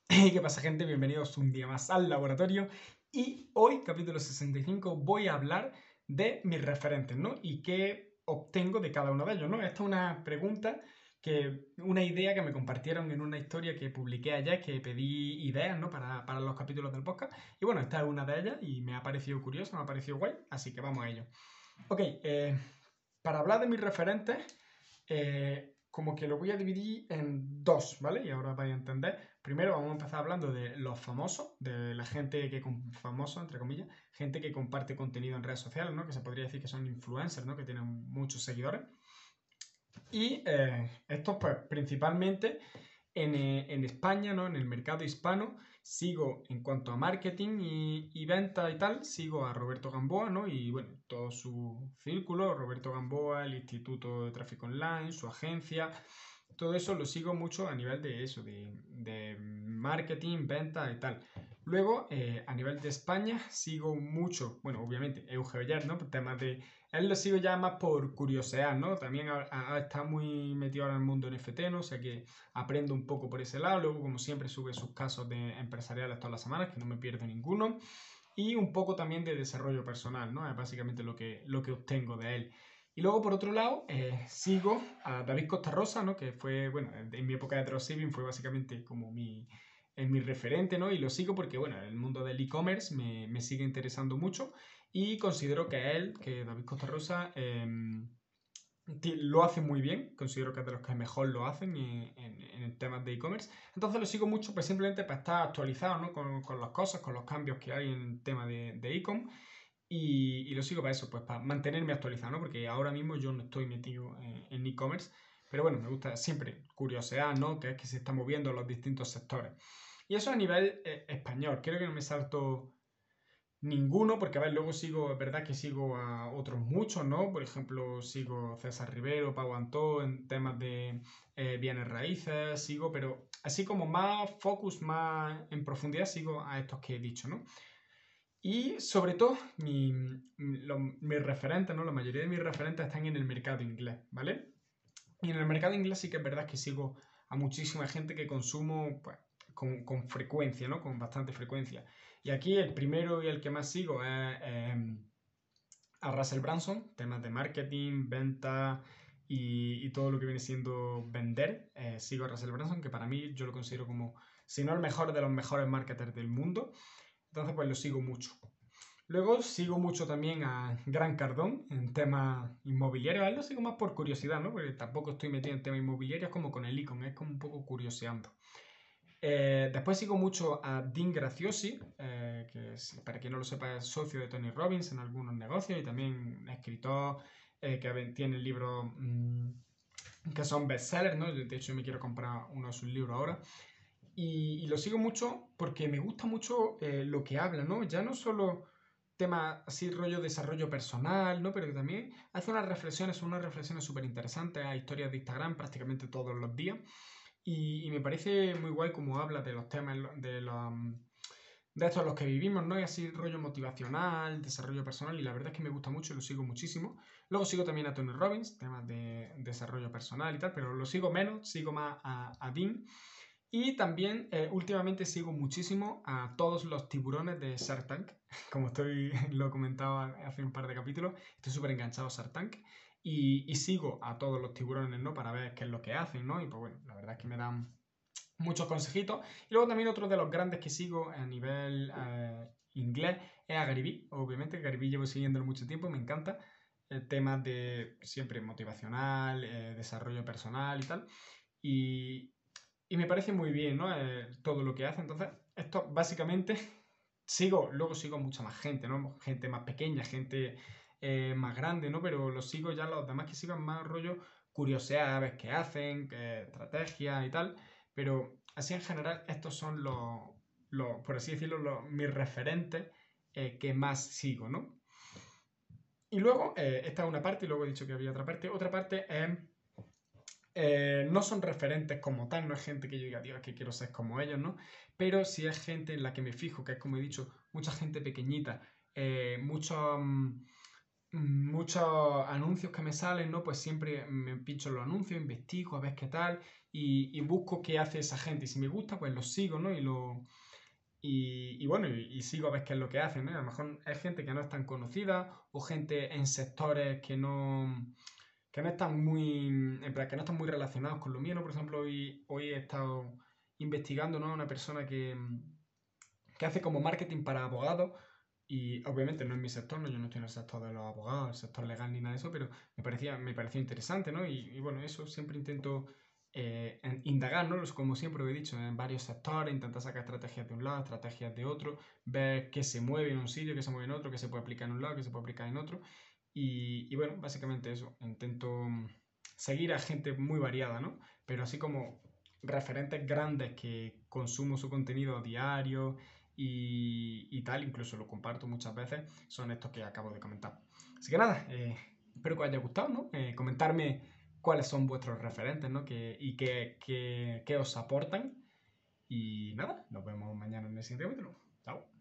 Hey, ¿qué pasa, gente? Bienvenidos un día más al laboratorio. Y hoy, capítulo 65, voy a hablar de mis referentes, ¿no? Y qué obtengo de cada uno de ellos, ¿no? Esta es una pregunta una idea que me compartieron en una historia que publiqué ayer, que pedí ideas, ¿no? Para los capítulos del podcast. Y bueno, esta es una de ellas y me ha parecido curiosa, me ha parecido guay, así que vamos a ello. Ok, para hablar de mis referentes, como que lo voy a dividir en dos, ¿vale? Y ahora vais a entender. Primero vamos a empezar hablando de los famosos, de la gente que, famosos, entre comillas, gente que comparte contenido en redes sociales, ¿no? Que se podría decir que son influencers, ¿no? Que tienen muchos seguidores. Y estos, pues, principalmente en España, ¿no? En el mercado hispano, sigo en cuanto a marketing y venta y tal, sigo a Roberto Gamboa, ¿no? Y bueno, todo su círculo, Roberto Gamboa, el Instituto de Tráfico Online, su agencia, todo eso lo sigo mucho a nivel de eso, de marketing, venta y tal. Luego, a nivel de España, sigo mucho, bueno, obviamente, Euge Oller, ¿no? Por temas de... Él lo sigo ya más por curiosidad, ¿no? También está muy metido ahora en el mundo NFT, ¿no? O sea que aprendo un poco por ese lado. Luego, como siempre, sube sus casos de empresariales todas las semanas, que no me pierdo ninguno. Y un poco también de desarrollo personal, ¿no? Es básicamente lo que obtengo de él. Y luego, por otro lado, sigo a David Costa Rosa, ¿no? Que fue, bueno, en mi época de dropshipping fue básicamente como mi referente, ¿no? Y lo sigo porque, bueno, el mundo del e-commerce me sigue interesando mucho y considero que él, que David Costa Rosa, lo hace muy bien, considero que es de los que mejor lo hacen en temas de e-commerce. Entonces lo sigo mucho pues simplemente para estar actualizado, ¿no? Con las cosas, con los cambios que hay en el tema de e-com. Y lo sigo para eso, pues para mantenerme actualizado, ¿no? Porque ahora mismo yo no estoy metido en e-commerce, pero bueno, me gusta siempre curiosear, ¿no? Que es que se están moviendo los distintos sectores. Y eso a nivel español, creo que no me salto ninguno, porque a ver, luego sigo, es verdad que sigo a otros muchos, ¿no? Por ejemplo, sigo a César Rivero, Pau Antó en temas de bienes raíces, sigo, pero así como más focus, más en profundidad, sigo a estos que he dicho, ¿no? Y sobre todo, mis referentes, ¿no? La mayoría de mis referentes están en el mercado inglés, ¿vale? Y en el mercado inglés sí que es verdad que sigo a muchísima gente que consumo pues, con frecuencia, ¿no? Con bastante frecuencia. Y aquí el primero y el que más sigo es a Russell Brunson, temas de marketing, venta y todo lo que viene siendo vender. Sigo a Russell Brunson, que para mí yo lo considero como, si no el mejor de los mejores marketers del mundo. Entonces pues lo sigo mucho. Luego sigo mucho también a Gran Cardón en temas inmobiliarios. A él lo sigo más por curiosidad, ¿no? Porque tampoco estoy metido en temas inmobiliarios como con el Icon, es como un poco curioseando. Después sigo mucho a Dean Graciosi, que para quien no lo sepa es socio de Tony Robbins en algunos negocios y también escritor que tiene libros que son bestsellers, ¿no? De hecho, me quiero comprar uno de sus libros ahora. Y lo sigo mucho porque me gusta mucho lo que habla, ¿no? Ya no solo tema así rollo desarrollo personal, ¿no? Pero que también hace unas reflexiones súper interesantes a historias de Instagram prácticamente todos los días. Y me parece muy guay como habla de los temas de estos los que vivimos, ¿no? Y así rollo motivacional, desarrollo personal, y la verdad es que me gusta mucho y lo sigo muchísimo. Luego sigo también a Tony Robbins, temas de desarrollo personal y tal, pero lo sigo menos, sigo más a Dean. Y también últimamente sigo muchísimo a todos los tiburones de Shark Tank. Como lo comentaba hace un par de capítulos, estoy súper enganchado a Shark Tank. Y sigo a todos los tiburones, ¿no? Para ver qué es lo que hacen, ¿no? Y pues bueno, la verdad es que me dan muchos consejitos. Y luego también otro de los grandes que sigo a nivel inglés es a Gary Vee. Obviamente, Gary Vee llevo siguiéndolo mucho tiempo, me encanta. Temas de siempre motivacional, desarrollo personal y tal. Y, y me parece muy bien, ¿no? Todo lo que hace. Entonces, esto básicamente luego sigo mucha más gente, ¿no? Gente más pequeña, gente más grande, ¿no? Pero los sigo ya, los demás que sigan más rollo curiosidad, a ver qué hacen, qué estrategias y tal. Pero así en general, estos son por así decirlo, mis referentes que más sigo, ¿no? Y luego, esta es una parte, y luego he dicho que había otra parte. Otra parte es no son referentes como tal, no es gente que yo diga, Dios, que quiero ser como ellos, ¿no? Pero sí es gente en la que me fijo, que es como he dicho, mucha gente pequeñita, muchos muchos anuncios que me salen, ¿no? Pues siempre me pincho los anuncios, investigo a ver qué tal y busco qué hace esa gente. Y si me gusta, pues los sigo, ¿no? Y bueno, y sigo a ver qué es lo que hacen, ¿no? A lo mejor es gente que no es tan conocida o gente en sectores que no están muy, en plan, que no están muy relacionados con lo mío, ¿no? Por ejemplo, hoy he estado investigando, ¿no? A una persona que hace como marketing para abogados y obviamente no es mi sector, ¿no? Yo no estoy en el sector de los abogados, el sector legal ni nada de eso, pero me pareció interesante, ¿no? Y bueno, eso siempre intento indagar, ¿no? Como siempre he dicho, en varios sectores, intentar sacar estrategias de un lado, estrategias de otro, ver qué se mueve en un sitio, qué se mueve en otro, qué se puede aplicar en un lado, qué se puede aplicar en otro. Y bueno, básicamente eso, intento seguir a gente muy variada, ¿no? Pero así como referentes grandes que consumo su contenido a diario y tal, incluso lo comparto muchas veces, son estos que acabo de comentar. Así que nada, espero que os haya gustado, ¿no? Comentarme cuáles son vuestros referentes, ¿no? Y qué os aportan. Y nada, nos vemos mañana en el siguiente capítulo. Chao.